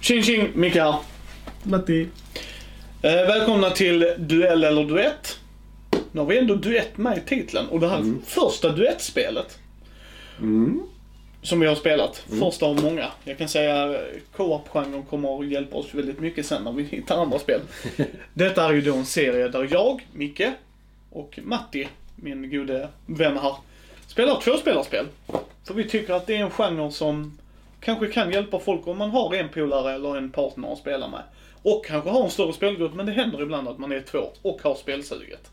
Tjing tjing, Micke här. Matti. Välkomna till Duell eller Duett. Nu har vi ändå duett med i titeln. Och det här första duettspelet. Som vi har spelat. Första av många. Jag kan säga co-op-genren kommer att hjälpa oss väldigt mycket sen när vi hittar andra spel. Detta är ju då en serie där jag, Micke och Matti, min gode vän här, spelar tvåspelarspel. För vi tycker att det är en genre som kanske kan hjälpa folk om man har en polare eller en partner att spela med. Och kanske har en större spelgrupp, men det händer ibland att man är två och har spelsuget.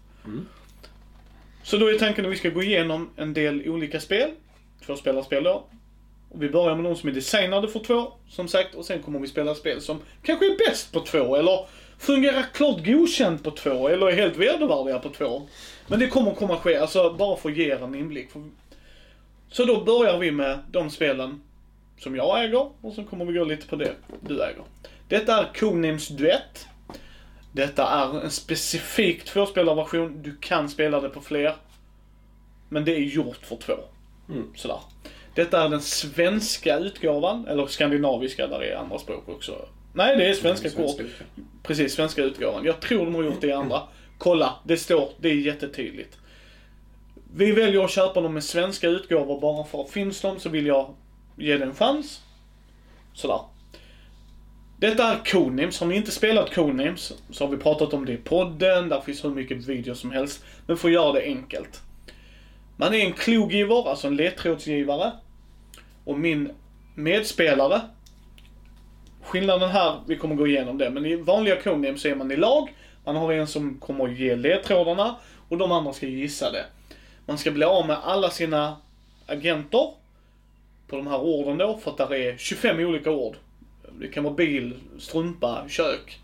Så då är tanken att vi ska gå igenom en del olika spel. Tvåspelarspel då. Och vi börjar med de som är designade för två, som sagt. Och sen kommer vi spela spel som kanske är bäst på två, eller fungerar klart godkänt på två, eller är helt vedervärdiga på två. Men det kommer komma ske, alltså bara för att ge en inblick. Så då börjar vi med de spelen som jag äger, och så kommer vi gå lite på det du äger. Detta är Codenames Duett. Detta är en specifik tvåspelarversion. Du kan spela det på fler, men det är gjort för två. Sådär. Detta är den svenska utgåvan, eller skandinaviska, där är andra språk också. Nej, det är svenska kort. Precis, svenska utgåvan. Jag tror de har gjort det i andra. Kolla, det står, det är jättetydligt. Vi väljer att köpa dem med svenska utgåvor bara för att finns de så vill jag ge det en chans. Sådär. Detta är Codenames. Har ni inte spelat Codenames så har vi pratat om det i podden. Där finns hur mycket videos som helst. Men för att göra det enkelt. Man är en klogivare, alltså en ledtrådsgivare. Och min medspelare. Skillnaden här, vi kommer gå igenom det. Men i vanliga Codenames så är man i lag. Man har en som kommer att ge ledtrådarna. Och de andra ska gissa det. Man ska bli av med alla sina agenter på de här orden då. För att det är 25 olika ord. Det kan vara bil, strumpa, kök.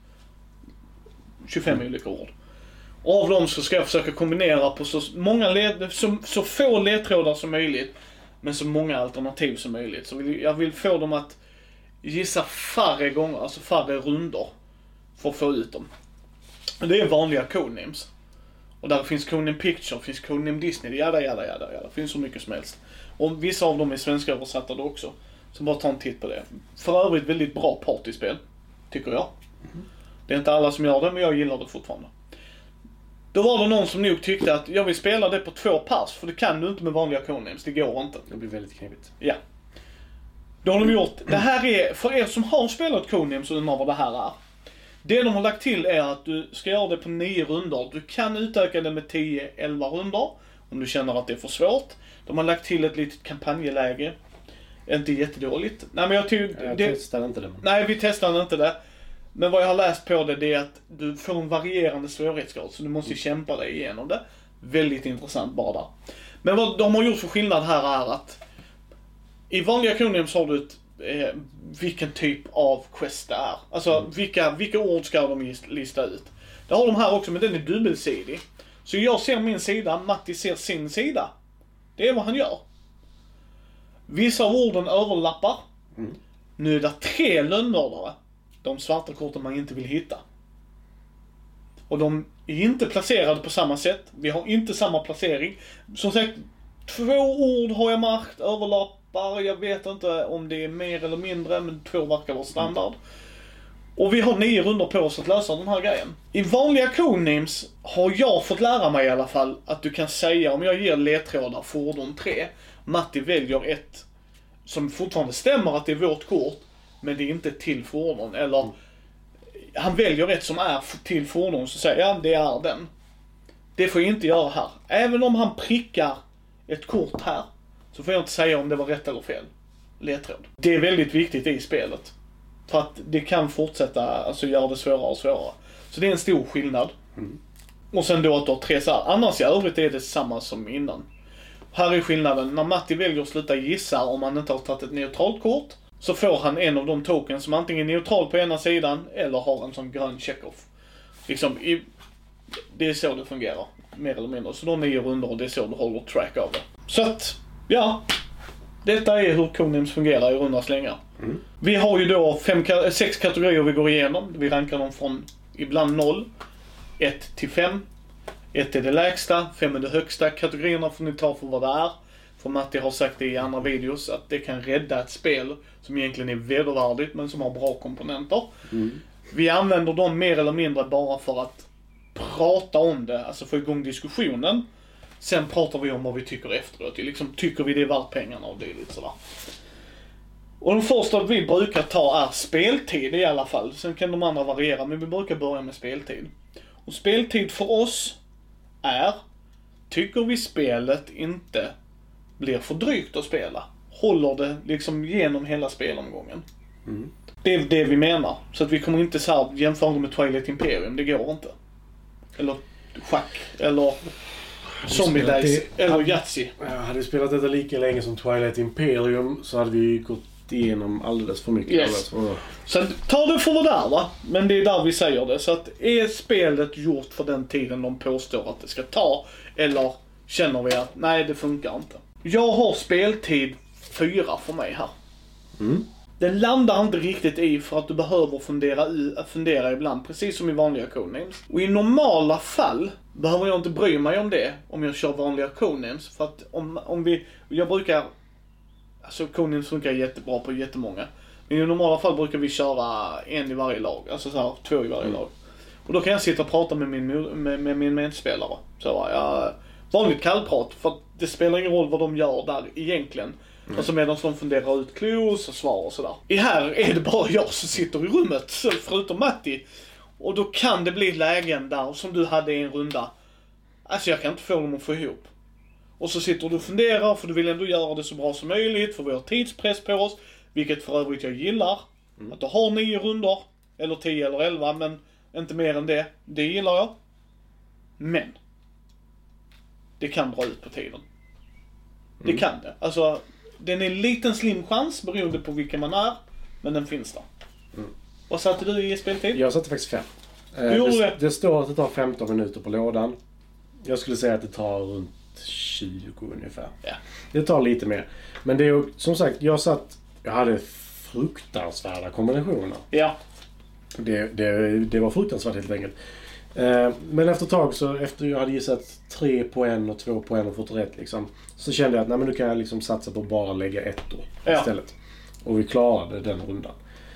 25 olika ord. Och av dem så ska jag försöka kombinera på så få ledtrådar som möjligt. Men så många alternativ som möjligt. Så jag vill få dem att gissa färre gånger, alltså färre runder. För att få ut dem. Det är vanliga Codenames. Och där finns Codename Picture, finns Codename Disney, jada. Det finns så mycket som helst. Och vissa av dem är svenska översatta då också. Så bara ta en titt på det. För övrigt väldigt bra partyspel, tycker jag. Det är inte alla som gör det, men jag gillar det fortfarande. Då var det någon som nog tyckte att jag vill spela det på 2 pers, för det kan du inte med vanliga Codenames, det går inte. Det blir väldigt knepigt. Ja. Då har de gjort, det här är, för er som har spelat Codenames och undrar vad det här är. Det de har lagt till är att du ska göra det på 9 runder. Du kan utöka det med 10-11 runder om du känner att det är för svårt. De har lagt till ett litet kampanjeläge. Inte jättedåligt. Nej, men jag testade inte det. Nej, vi testade inte det. Men vad jag har läst på det är att du får en varierande svårighetsgrad. Så du måste kämpa dig igenom det. Väldigt intressant bara där. Men vad de har gjort för skillnad här är att i vanliga Codenames har du vilken typ av quest det är. Alltså vilka ord ska de lista ut. Det har de här också, men den är dubbelsidig. Så jag ser min sida, Matti ser sin sida. Det är vad han gör. Vissa av orden överlappar. Nu är det 3 lönnmördare. De svarta korten man inte vill hitta. Och de är inte placerade på samma sätt. Vi har inte samma placering. Som sagt, 2 ord har jag märkt överlappar. Jag vet inte om det är mer eller mindre, men 2 verkar vara standard. Och vi har 9 runder på oss att lösa den här grejen. I vanliga Codenames har jag fått lära mig i alla fall att du kan säga, om jag ger ledtrådar fordon 3, Matti väljer ett som fortfarande stämmer att det är vårt kort, men det är inte till fordon. Eller han väljer ett som är till fordon, så säger han det är den. Det får jag inte göra här. Även om han prickar ett kort här, så får jag inte säga om det var rätt eller fel ledtråd. Det är väldigt viktigt i spelet. För att det kan fortsätta, alltså göra det svårare och svårare. Så det är en stor skillnad. Och sen då att du har 3 så här. Annars i övrigt är det samma som innan. Här är skillnaden. När Matti väljer att sluta gissa om han inte har tagit ett neutralt kort, så får han en av de tokens som antingen är neutral på ena sidan eller har en sån grön check-off. Liksom, det är så det fungerar. Mer eller mindre. Så de 9 runder och det är så du håller track av det. Så att, ja. Detta är hur Codenames fungerar i runda slängar. Vi har ju då 6 kategorier vi går igenom. Vi rankar dem från ibland 0, 1 till 5. 1 är det lägsta, 5 är det högsta. Kategorierna får ni ta för vad det är. För Matti har sagt det i andra videos att det kan rädda ett spel som egentligen är vedervärdigt men som har bra komponenter. Vi använder dem mer eller mindre bara för att prata om det, alltså få igång diskussionen. Sen pratar vi om vad vi tycker efteråt. Liksom, tycker vi det är värt pengarna och det är lite sådär. Och den första vi brukar ta är speltid i alla fall. Sen kan de andra variera, men vi brukar börja med speltid. Och speltid för oss är, tycker vi spelet inte blir för drygt att spela, håller det liksom genom hela spelomgången. Det är det vi menar. Så att vi kommer inte så här jämföra med Twilight Imperium, det går inte. Eller schack, eller Zombie Days, eller Yahtzee. Hade vi spelat detta lika länge som Twilight Imperium så hade vi gått igenom alldeles för mycket. Yes. Så ta det för vad det är, va? Men det är där vi säger det. Så att är spelet gjort för den tiden de påstår att det ska ta, eller känner vi att nej, det funkar inte. Jag har speltid 4 för mig här. Den landar inte riktigt i för att du behöver fundera ibland, precis som i vanliga codenames. Och i normala fall behöver jag inte bry mig om det om jag kör vanliga codenames. För att jag brukar, alltså codenames funkar jättebra på jättemånga. Men i normala fall brukar vi köra en i varje lag, alltså så här 2 i varje lag. Och då kan jag sitta och prata med min medspelare. Så vanligt kallprat, för att det spelar ingen roll vad de gör där egentligen. Alltså medan de funderar ut clues och svar och sådär. Här är det bara jag som sitter i rummet, förutom Matti. Och då kan det bli lägen där, som du hade i en runda. Alltså jag kan inte få dem att få ihop. Och så sitter du och funderar, för du vill ändå göra det så bra som möjligt, för vi har tidspress på oss. Vilket för övrigt jag gillar. Att du har 9 runder, eller 10 eller 11, men inte mer än det. Det gillar jag. Men det kan dra ut på tiden. Det kan det. Alltså, den är en liten slim chans beroende på vilken man är, men den finns där. Vad satte du i speltid? Jag satte faktiskt 5. Det står att det tar 15 minuter på lådan. Jag skulle säga att det tar runt 20 ungefär. Ja. Det tar lite mer. Men det är ju, som sagt, jag hade fruktansvärda kombinationer. Ja. Det var fruktansvärt helt enkelt. Men efter ett tag, så efter jag hade gissat 3 på 1 och 2 på 1 och fått rätt liksom, så kände jag att nu kan jag liksom satsa på att bara lägga 1 då istället. Och vi klarade den rundan.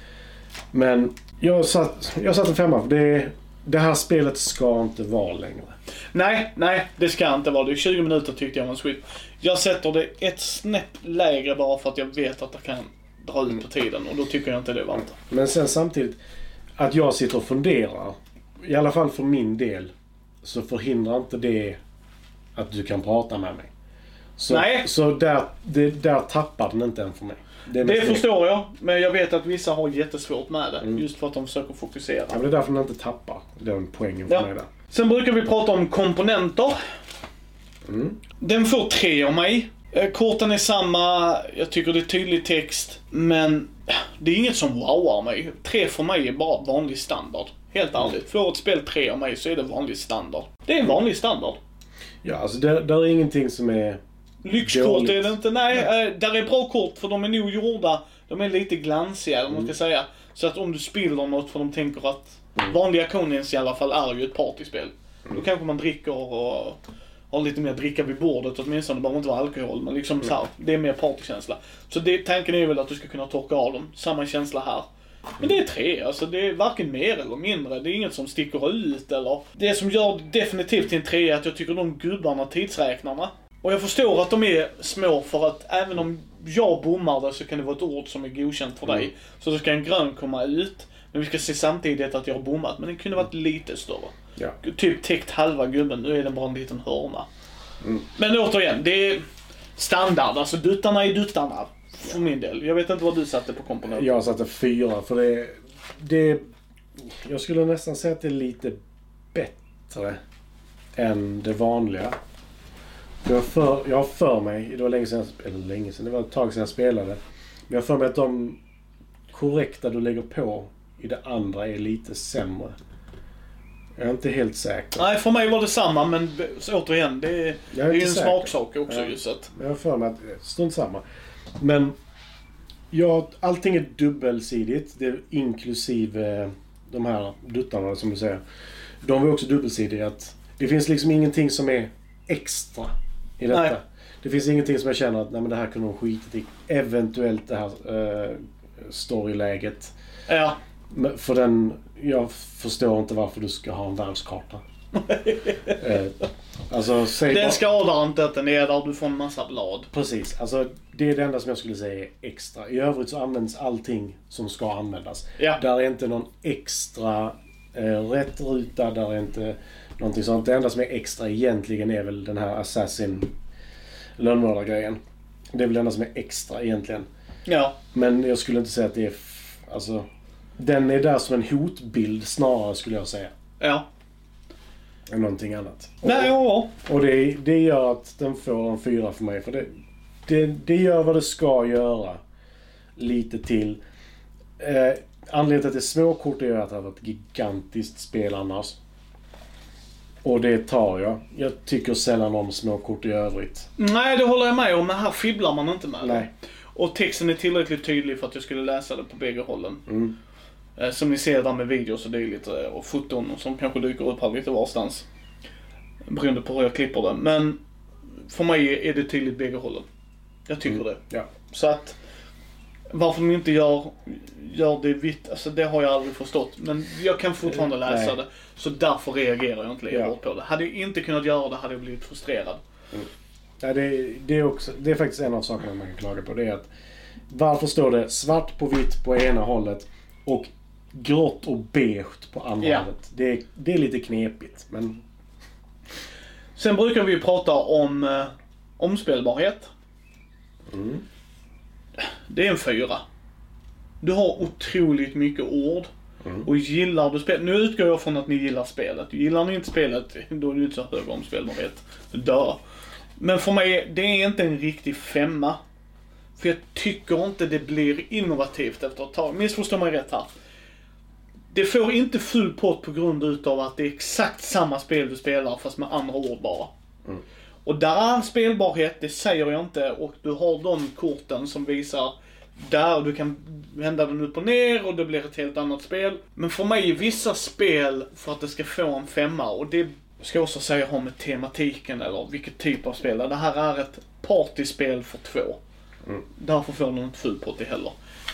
Men jag satt en 5, för det här spelet ska inte vara längre. Nej, det ska inte vara. Det är 20 minuter tyckte jag var sweet. Jag sätter det ett snäpp lägre bara för att jag vet att det kan dra ut på tiden, och då tycker jag inte det är varmt. Men sen samtidigt, att jag sitter och funderar, i alla fall för min del, så förhindrar inte det att du kan prata med mig. Så där tappar den inte än för mig. Det förstår jag, men jag vet att vissa har jättesvårt med det, just för att de försöker fokusera. Ja, men det är därför den inte tappar. Det är en poängen för mig där. Sen brukar vi prata om komponenter. Den får 3 av mig. Korten är samma, jag tycker det är tydlig text, men det är inget som wowar mig. 3 för mig är bara vanlig standard. Helt ärligt, får ett spel 3 av mig så är det vanlig standard. Det är en vanlig standard. Ja, alltså där är ingenting som är lyxkort dåligt. Är det inte, nej, där är bra kort för de är nog gjorda, de är lite glansiga eller man ska säga. Så att om du spiller något, för de tänker att vanliga Conens i alla fall är ju ett partyspel. Då kanske man dricker och har lite mer dricka vid bordet, åtminstone. Det behöver inte vara alkohol, men liksom så här, det är mer partykänsla. Så tanken är väl att du ska kunna torka av dem. Samma känsla här. Men det är 3, alltså det är varken mer eller mindre. Det är inget som sticker ut eller... Det som gör definitivt till en 3 är att jag tycker de gubbarna tidsräknarna. Och jag förstår att de är små, för att även om jag bommar det så kan det vara ett ord som är godkänt för dig. Så då ska en grön komma ut. Men vi ska se samtidigt att jag har bommat. Men den kunde varit lite större. Ja. Typ täckt halva gubben, nu är den bara en liten hörna. Men återigen, det är standard. Alltså duttarna är duttarna. För min del. Jag vet inte vad du satte på komponenter. Jag satte 4, för det jag skulle nästan säga att det är lite bättre än det vanliga. Jag har för mig, det var länge sedan, det var ett tag sedan jag spelade. Men jag har för mig att de korrekta du lägger på i det andra är lite sämre. Jag är inte helt säker. Nej, för mig var det samma, men återigen, det är ju en smaksak också. Just att. Jag har för mig att det är strunt samma. Men allting är dubbelsidigt. Det är inklusive de här duttarna som du säger. De är också dubbelsidiga. Att det finns liksom ingenting som är extra i detta. Nej. Det finns ingenting som jag känner att nej, men det här kunde de skitit i. Eventuellt det här storyläget. Ja. Men jag förstår inte varför du ska ha en världskarta. Alltså, den skadar inte att den är där, du får en massa blad. Precis, alltså det är det enda som jag skulle säga är extra. I övrigt så används allting som ska användas. Ja. Där är inte någon extra rätt ruta, där är inte någonting sånt. Det enda som är extra egentligen är väl den här Assassin lönnmördargrejen. Det är väl det enda som är extra egentligen. Ja. Men jag skulle inte säga att det är alltså, den är där som en hotbild snarare, skulle jag säga. Ja. Än någonting annat. Nej, ja. Och det gör att den får en 4 för mig. För det gör vad det ska göra. Lite till. Anledningen till att det är småkort är att det har varit ett gigantiskt spel annars. Och det tar jag. Jag tycker sällan om småkort i övrigt. Nej, det håller jag med om. Men här fibblar man inte med. Nej. Och texten är tillräckligt tydlig för att jag skulle läsa det på bägge hållen. Mm. Som ni ser där med videos och dylikt och foton som kanske dyker upp här lite varstans. Beroende på hur jag klipper det. Men för mig är det tydligt bägge hållen. Jag tycker det. Ja. Så att varför de inte gör det vitt, alltså det har jag aldrig förstått. Men jag kan fortfarande läsa det. Så därför reagerar jag inte lika hårt på det. Hade jag inte kunnat göra det hade jag blivit frustrerad. Mm. Ja, det är faktiskt en av sakerna man kan klaga på. Det är att varför står det svart på vitt på ena hållet och grått och beige på andra hållet. Det är lite knepigt, men... Sen brukar vi ju prata om omspelbarhet. Mm. Det är en 4. Du har otroligt mycket ord. Och gillar du spelet... Nu utgår jag från att ni gillar spelet. Gillar ni inte spelet, då är det inte så hög omspelbarhet. Dö. Men för mig, det är inte en riktig 5. För jag tycker inte det blir innovativt efter ett tag. Missförstår mig rätt här. Det får inte full pott på grund utav att det är exakt samma spel du spelar fast med andra ord bara. Mm. Och där är spelbarhet, det säger jag inte. Och du har de korten som visar där du kan vända den upp och ner och det blir ett helt annat spel. Men för mig är vissa spel för att det ska få en 5, och det ska också säga ha med tematiken eller vilket typ av spel. Det här är ett partyspel för 2. Därför får den inte full pott i heller.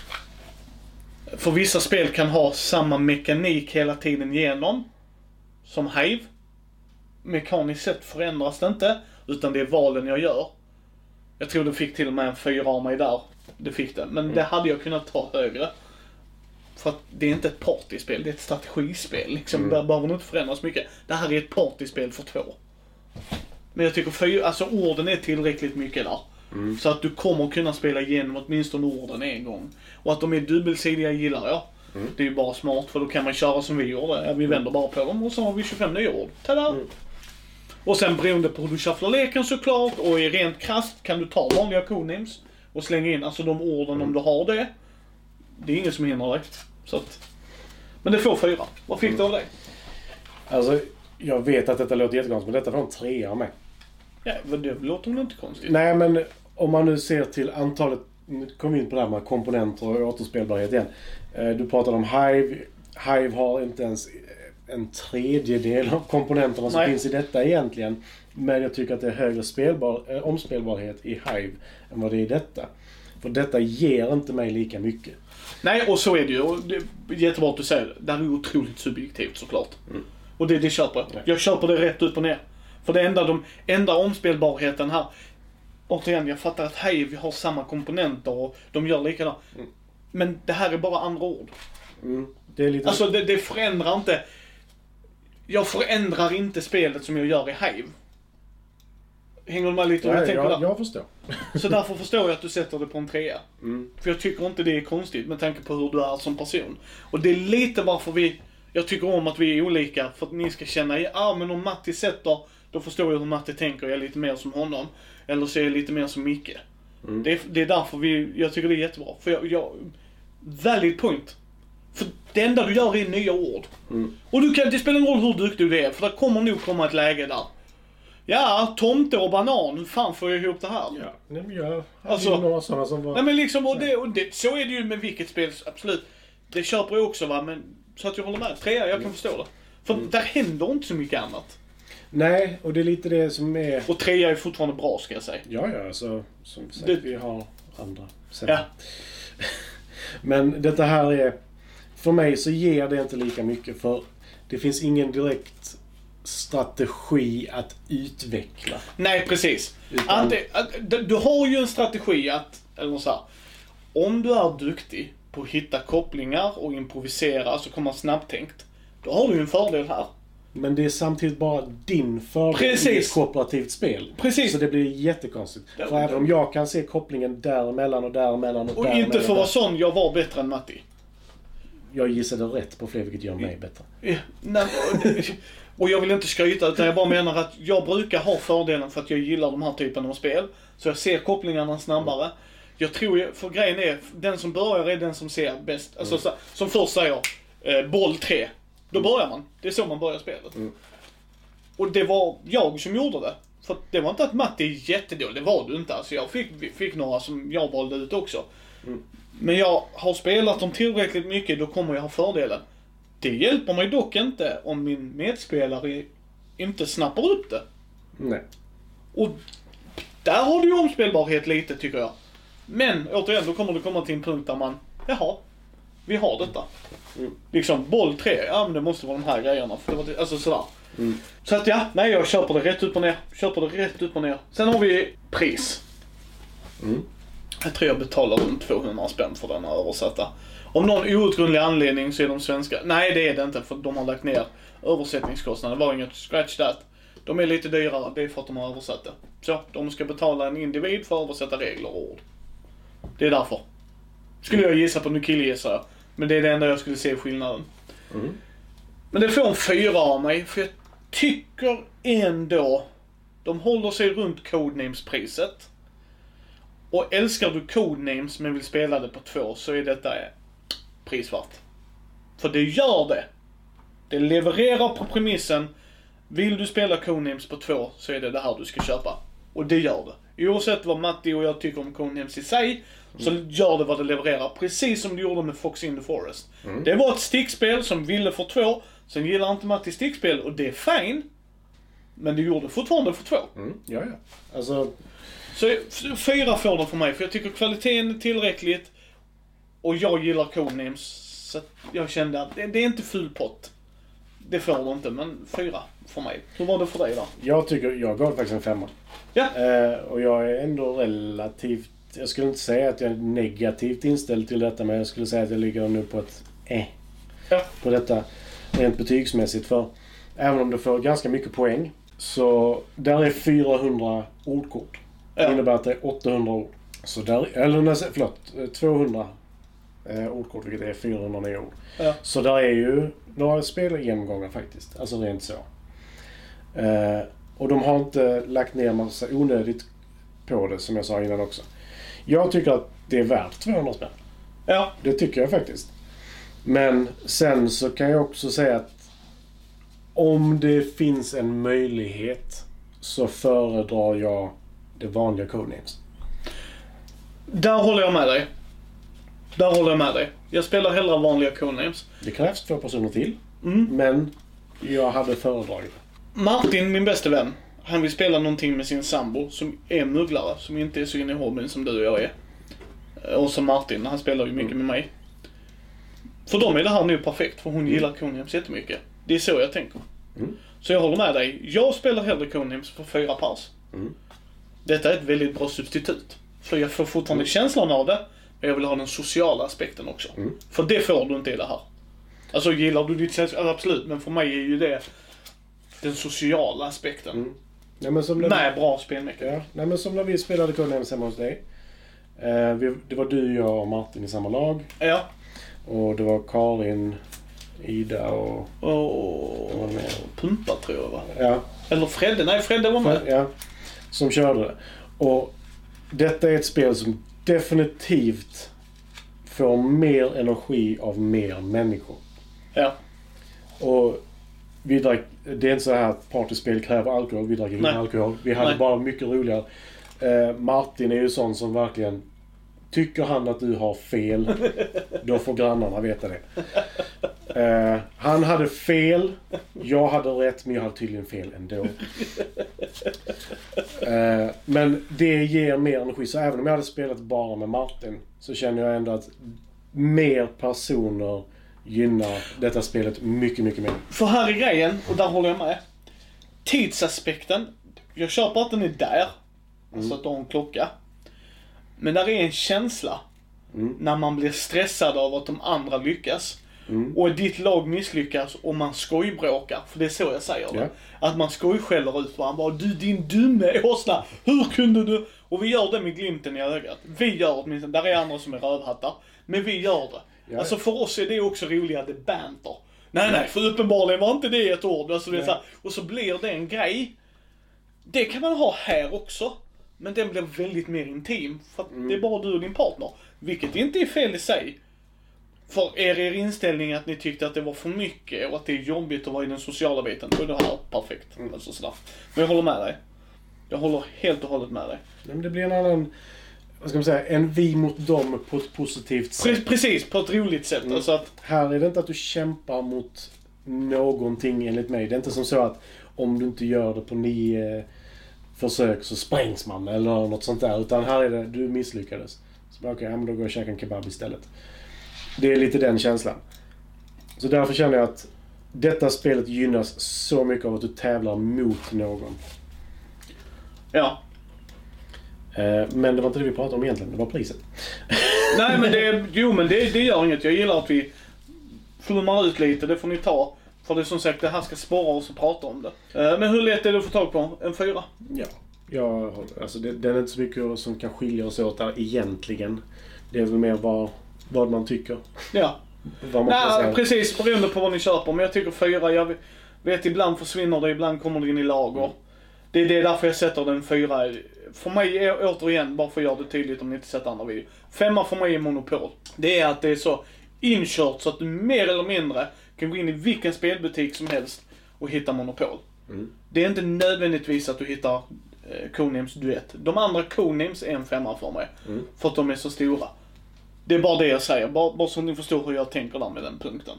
För vissa spel kan ha samma mekanik hela tiden igenom. Som Hive. Mekaniskt sett förändras det inte. Utan det är valen jag gör. Jag tror det fick till och med en 4 av mig där. Det fick det. Men det hade jag kunnat ta högre. För att det är inte ett partyspel. Det är ett strategispel. Liksom. Där behöver nog inte förändras mycket. Det här är ett partyspel för 2. Men jag tycker alltså orden är tillräckligt mycket där. Så att du kommer kunna spela igenom åtminstone orden en gång. Och att de är dubbelsidiga gillar jag. Det är ju bara smart, för då kan man köra som vi gjorde. Vi vänder bara på dem och så har vi 25 nya ord. Tada! Och sen beroende på hur du shufflar leken såklart. Och i rent krasst kan du ta vanliga codenames och slänga in alltså de orden om du har det. Det är ingen som hindrar dig. Så att... Men det får 4. Vad fick du av dig? Alltså, jag vet att detta låter jättekonstigt, men detta får en 3 av mig. Ja, det låter väl inte konstigt. Nej, men om man nu ser till antalet... Nu kommer vi in på det här med komponenter och återspelbarhet igen. Du pratade om Hive. Hive har inte ens en tredjedel av komponenterna som finns i detta egentligen. Men jag tycker att det är högre omspelbarhet i Hive än vad det är i detta. För detta ger inte mig lika mycket. Nej, och så är det ju. Och det är jättebra att du säger det. Det här är otroligt subjektivt såklart. Och det köper jag. Nej. Jag köper det rätt upp och ner. För det enda omspelbarheten här. Återigen, jag fattar att Hive har samma komponenter och de gör likadant. Men det här är bara andra ord. Det är lite... Alltså det förändrar inte. Jag förändrar inte spelet som jag gör i Hive. Hänger du med lite om jag tänker där? Jag förstår. Så därför förstår jag att du sätter det på en 3. För jag tycker inte det är konstigt med tanke på hur du är som person. Och det är lite varför jag tycker om att vi är olika. För att ni ska känna, men om Matti sätter, då förstår jag hur Matti tänker. Jag är lite mer som honom. Eller så är jag lite mer som Micke. Det är därför jag tycker det är jättebra. För jag valid point. För det enda du gör är nya ord. Och det spelar ingen roll hur duktig du är. För det kommer nog komma ett läge där. Ja, tomte och banan. Hur fan får jag ihop det här? Ja, nej, men jag alltså, några sådana som var... Nej, men liksom, så är det ju med vilket spel, absolut. Det köper jag också, va. Men så att jag håller med. 3, jag kan förstå det. För där händer inte så mycket annat. Nej, och det är lite det som är... Och 3 är fortfarande bra, ska jag säga. Ja, alltså, som sagt, vi har andra sätt. Ja. Men detta här är... För mig så ger det inte lika mycket, för det finns ingen direkt strategi att utveckla. Nej, precis. Utan... Du har ju en strategi att, eller så här, om du är duktig på att hitta kopplingar och improvisera så kommer man snabbtänkt. Då har du ju en fördel här. Men det är samtidigt bara din fördel i ett kooperativt spel. Precis. Så det blir jättekonstigt. För även om jag kan se kopplingen däremellan och däremellan och däremellan. Och inte för att vara sån, jag var bättre än Matti. Jag gissade rätt på fler, vilket gör mig bättre. Nej, och jag vill inte skryta, utan jag bara menar att jag brukar ha fördelen för att jag gillar de här typen av spel. Så jag ser kopplingarna snabbare. Jag tror, för grejen är, den som börjar är den som ser bäst. Alltså, som först säger, boll 3. Då börjar man. Det är så man börjar spelet. Och det var jag som gjorde det. För det var inte att Matti är jättedålig, det var du inte. Alltså jag fick några som jag valde ut också. Men jag har spelat dem tillräckligt mycket, då kommer jag ha fördelen. Det hjälper mig dock inte om min medspelare inte snappar upp det. Nej. Och där har du ju omspelbarhet lite, tycker jag. Men återigen, då kommer det komma till en punkt där man, jaha, vi har detta. Liksom, boll 3, ja men det måste vara de här grejerna. För det var alltså sådär. Så att ja, nej, jag köper det rätt upp och ner. Sen har vi pris. Jag tror jag betalar runt 200 spänn för den här översatta. Om någon outgrundlig anledning så är de svenska. Nej, det är det inte, för de har lagt ner översättningskostnader. Det var inget scratch that. De är lite dyrare, det är för att de har översatt det. Så, de ska betala en individ för att översätta regler och ord. Det är därför. Skulle jag gissa på, nu killgissar jag. Men det är det enda jag skulle se skillnaden. Men det får en 4 av mig, för jag tycker ändå de håller sig runt Codenames-priset. Och älskar du Codenames men vill spela det på 2, så är detta prisvärt. För det gör det. Det levererar på premissen. Vill du spela Codenames på 2 så är det här du ska köpa. Och det gör det. Oavsett vad Matti och jag tycker om Codenames i sig, så gör det vad det levererar. Precis som du gjorde med Fox in the Forest. Det var ett stickspel som ville för 2. Sen gillar inte Matti stickspel och det är fine. Men du gjorde fortfarande för 2. Ja. Alltså... Så 4 får de för mig, för jag tycker kvaliteten är tillräckligt. Och jag gillar Codenames. Så jag kände att det är inte full pott. Det får de inte, men 4 för mig. Hur var det för dig då? Jag gav faktiskt en 5. Ja. Och jag är ändå relativt... Jag skulle inte säga att jag är negativt inställd till detta, men jag skulle säga att jag ligger nu på ett på detta rent betygsmässigt. För även om du får ganska mycket poäng, så där är 400 ordkort. Det innebär att det är 800 ord. Så där, 200 ordkort, vilket är 400 nya ord. Ja. Så där är ju några spelgenomgångar faktiskt. Alltså rent så. Och de har inte lagt ner massa onödigt på det, som jag sa innan också. Jag tycker att det är värt 200 spänn. Ja. Det tycker jag faktiskt. Men sen så kan jag också säga att om det finns en möjlighet så föredrar jag det vanliga Codenames. Där håller jag med dig. Jag spelar hellre vanliga Codenames. Det krävs 2 personer till. Men jag hade föredragit. Martin, min bästa vän, han vill spela någonting med sin sambo som är mugglare, som inte är så inne i hobbyn som du och jag är. Och som Martin, han spelar ju mycket med mig. För dem är det här nu perfekt, för hon gillar Codenames jättemycket. Det är så jag tänker. Så jag håller med dig. Jag spelar hellre Codenames för 4 pers. Detta är ett väldigt bra substitut. För jag får fortfarande känslan av det, men jag vill ha den sociala aspekten också. För det får du inte i det här. Alltså gillar du ditt sällskap, absolut, men för mig är ju det den sociala aspekten. Ja, men som med bra spelmekanik. Ja, nej, men som när vi spelade Codenames hemma hos dig. Det var du, jag och Martin i samma lag. Ja. Och det var Karin, Ida och Pumpa, tror jag, va? Ja. Eller Fredde. Nej, Fredde var med. Ja, som körde det. Och detta är ett spel som definitivt får mer energi av mer människor. Ja. Och det är inte så här att partyspel kräver alkohol. Vi drack ingen alkohol. Vi hade bara mycket roligare. Martin är ju sån som verkligen tycker han att du har fel, då får grannarna veta det. Han hade fel, jag hade rätt, men jag hade tydligen fel ändå. Men det ger mer energi, så även om jag hade spelat bara med Martin så känner jag ändå att mer personer gynnar detta spelet mycket, mycket mer. För här är grejen, och där håller jag med. Tidsaspekten, jag köper att den är där. Alltså att du har en klocka. Men där är en känsla när man blir stressad av att de andra lyckas. Och ditt lag misslyckas och man skojbråkar. För det är så jag säger det. Att man skojskäller ut varandra. Bara, du din dumme åsna, hur kunde du? Och vi gör det med glimten i ögat. Vi gör det, där är andra som är rövhattar. Men vi gör det. Alltså för oss är det också roliga, det banter. Nej, för uppenbarligen var inte det ett ord. Alltså, det är så här, och så blir det en grej. Det kan man ha här också. Men den blir väldigt mer intim. För att det är bara du och din partner. Vilket inte är fel i sig. För er inställning att ni tyckte att det var för mycket och att det är jobbigt att vara i den sociala biten, då är det här perfekt. Alltså sådär. Men jag håller med dig. Jag håller helt och hållet med dig. Men det blir en annan, vad ska man säga, en vi mot dem på ett positivt sätt. Precis, på ett roligt sätt. Alltså att... Här är det inte att du kämpar mot någonting enligt mig. Det är inte som så att om du inte gör det på 9 försök så sprängs man eller något sånt där. Utan här är det, du misslyckades. Så okej, men då går jag och käkar en kebab istället. Det är lite den känslan. Så därför känner jag att detta spelet gynnas så mycket av att du tävlar mot någon. Ja. Men det var inte det vi pratade om egentligen, det var priset. Nej, men det gör inget. Jag gillar att vi flummar ut lite, det får ni ta. För det är som sagt, det här ska spara oss och prata om det. Men hur lätt är det att få tag på en 4? Ja, alltså den är inte så mycket som kan skilja oss åt där egentligen. Det är väl mer vad man tycker. Ja. Nej, precis, beroende på vad ni köper. Men jag tycker 4, jag vet ibland försvinner det, ibland kommer det in i lager. Det är därför jag sätter den 4. För mig är återigen, bara för att göra det tydligt om ni inte sett andra videor. 5 för mig är monopol. Det är att det är så inkört så att du mer eller mindre kan gå in i vilken spelbutik som helst och hitta monopol. Det är inte nödvändigtvis att du hittar Codenames duett. De andra Codenames är en 5 för mig. För att de är så stora. Det är bara det jag säger. Bara så ni förstår hur jag tänker där med den punkten.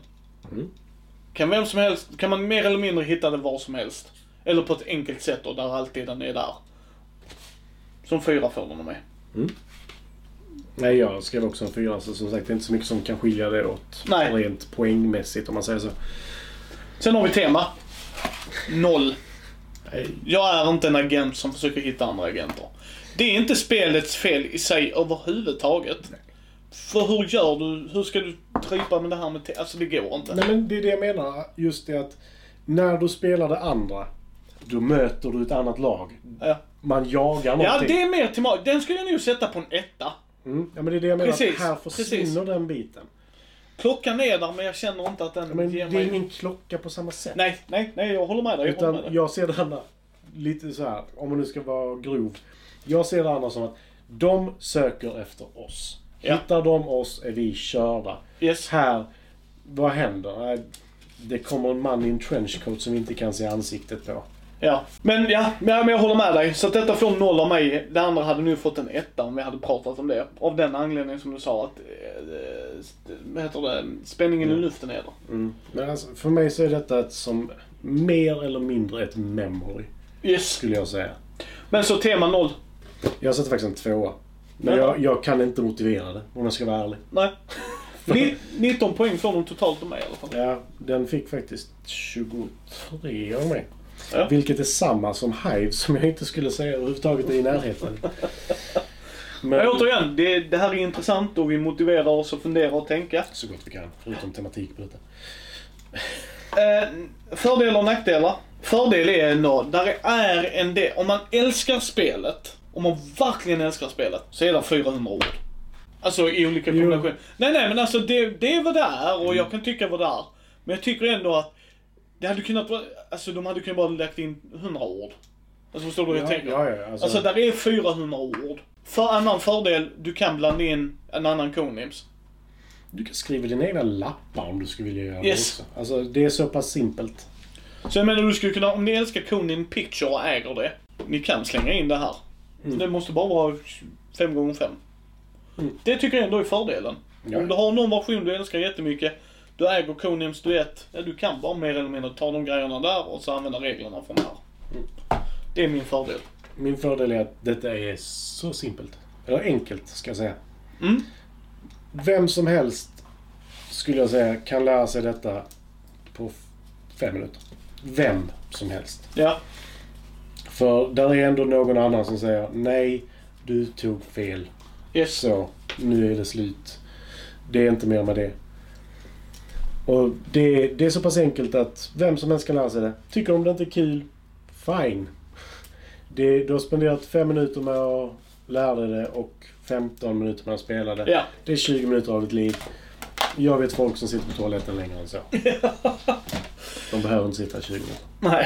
Kan man mer eller mindre hitta det var som helst. Eller på ett enkelt sätt och där alltid den är där. Som 4 får den med. Nej, jag skrev också en 4. Så som sagt, det är inte så mycket som kan skilja det åt. Nej. Rent poängmässigt om man säger så. Sen har vi tema. 0. Jag är inte en agent som försöker hitta andra agenter. Det är inte spelets fel i sig överhuvudtaget. Nej. För hur gör du? Hur ska du tripa med det här med... Alltså det går inte. Nej, men det är det jag menar. Just det att när du spelar det andra, då möter du ett annat lag. Ja. Man jagar någonting. Ja, det är mer till den skulle jag nog sätta på en 1. Ja, men det är det jag menar. Precis. Att här försvinner den biten. Klockan är där, men jag känner inte att den ja, men ger mig... Det är ingen klocka på samma sätt. Nej, jag håller med dig. Utan jag ser det andra lite så här, om man nu ska vara grov. Jag ser det andra som att de söker efter oss. Ja. Hittar de oss är vi körda. Yes. Här, vad händer? Det kommer en man i en trenchcoat som vi inte kan se ansiktet på. Ja, men jag håller med dig. Så att detta får 0 av mig. Det andra hade nu fått en 1 om vi hade pratat om det. Av den anledningen som du sa att vad heter det? Spänningen i luften är där. Men alltså, för mig så är detta ett som mer eller mindre ett memory. Yes. Skulle jag säga. Men så tema 0. Jag sätter faktiskt en 2. Men jag kan inte motivera det, om jag ska vara ärlig. Nej. 19 poäng får de totalt av mig i alla fall. Ja, den fick faktiskt 23 av mig. Ja. Vilket är samma som Hive, som jag inte skulle säga överhuvudtaget är i närheten. Men återigen, det här är intressant och vi motiverar oss att fundera och tänka. Så gott vi kan, förutom tematik på detta. Fördelar och nackdelar. Fördel är där är en del. Om man älskar spelet, om man verkligen älskar spelet, så är det 400 ord. Alltså i olika kombinationer. Nej, men alltså det är vad det är och jag kan tycka vad det är. Men jag tycker ändå att det hade kunnat vara, alltså de hade kunnat bara lagt in 100 ord. Alltså förstår du hur jag tänker? Ja, alltså där är 400 ord. För annan fördel, du kan blanda in en annan Codenames. Du kan skriva dina egna lappar om du skulle vilja göra det också. Alltså det är så pass simpelt. Så jag menar, du skulle kunna, om ni älskar Codename Picture och äger det, ni kan slänga in det här. Det måste bara vara 5x5. Det tycker jag ändå är fördelen. Ja. Om du har någon version du älskar jättemycket, du äger Codenames Duett, du kan bara mer eller mindre ta de grejerna där och så använda reglerna från här. Det är min fördel. Min fördel är att detta är så simpelt. Eller enkelt, ska jag säga. Vem som helst, skulle jag säga, kan lära sig detta på 5 minuter. Vem som helst. Ja. För där är ändå någon annan som säger nej, du tog fel. Yes. Så, nu är det slut. Det är inte mer med det. Och det är så pass enkelt att vem som helst kan lära sig det. Tycker de det inte är kul, fine. Du har spenderat 5 minuter med att lära dig det och 15 minuter med att spela det. Ja. Det är 20 minuter av ditt liv. Jag vet folk som sitter på toaletten längre än så. De behöver inte sitta 20 minuter. Nej.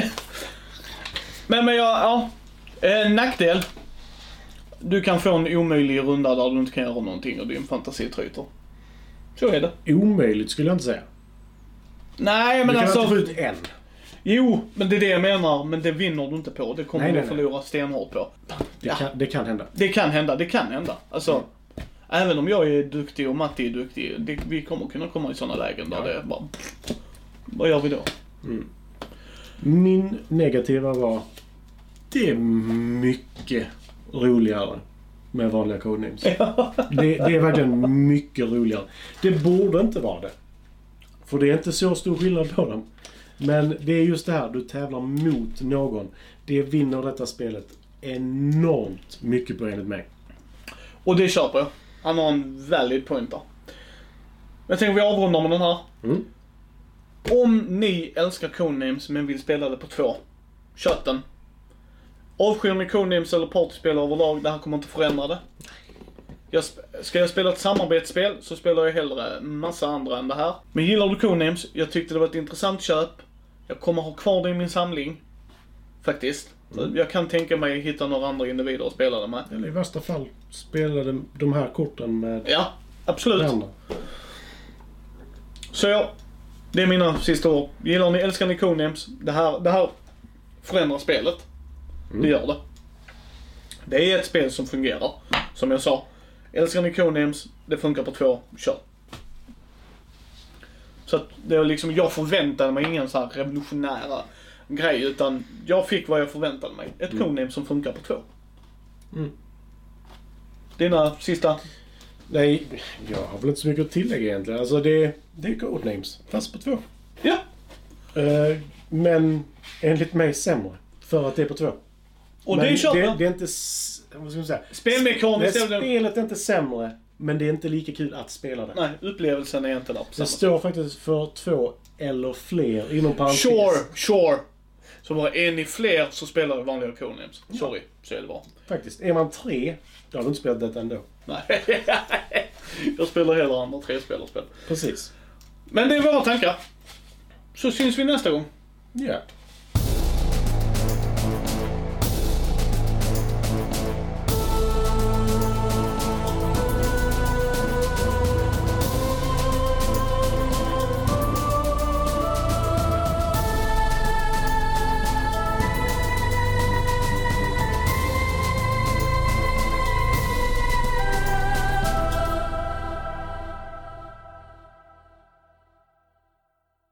Men nackdel. Du kan få en omöjlig runda där du inte kan göra någonting och din fantasi tryter. Så är det. Omöjligt skulle jag inte säga. Nej, men du kan alltså... inte få ut en. Jo, men det är det jag menar. Men det vinner du inte på. Det kommer du förlora stenhårt på. Det kan hända. Det kan hända. Alltså, även om jag är duktig och Matti är duktig. Vi kommer kunna komma i sådana lägen där det är bara... Vad gör vi då? Min negativa var... Det är mycket roligare med vanliga codenames. Det är verkligen mycket roligare. Det borde inte vara det. För det är inte så stor skillnad på dem. Men det är just det här, du tävlar mot någon. Det vinner detta spelet enormt mycket på enligt mig. Och det köper jag. Han har en valid point där. Jag tänker vi avrundar med den här. Om ni älskar Codenames men vill spela det på 2, köp den. Avskyr ni Codenames eller partyspel överlag, det här kommer inte förändra det. Ska jag spela ett samarbetsspel så spelar jag hellre massa andra än det här. Men gillar du Codenames, jag tyckte det var ett intressant köp. Jag kommer ha kvar det i min samling. Faktiskt. Jag kan tänka mig att hitta några andra individer att spela det med. Eller i värsta fall spela de här korten med... Ja, absolut. Så ja, det är mina sista ord. Älskar ni Codenames, det här förändrar spelet. Det gör det. Det är ett spel som fungerar. Som jag sa. Älskar ni Codenames, det funkar på 2, kör. Så att det är liksom, jag förväntade mig ingen så här revolutionära grej, utan jag fick vad jag förväntade mig. Ett Codenames som funkar på 2. Dina sista? Nej, jag har väl inte så mycket att tillägga egentligen. Alltså det är Codenames, fast på 2. Ja. Men enligt mig sämre. För att det är på 2. Och men det är det är inte... Vad ska man säga? Spelmekaniskt. Spelet är inte sämre, men det är inte lika kul att spela det. Nej, upplevelsen är inte där på det står faktiskt för 2 eller fler inom parentes. Sure. Så bara är ni fler så spelar vi vanliga Codenames. Sorry, så är det bara. Faktiskt. Är man 3, då har du inte spelat detta ändå. Nej. Jag spelar hellre andra 3-spelarspel. Precis. Men det är våra tankar. Så syns vi nästa gång. Ja.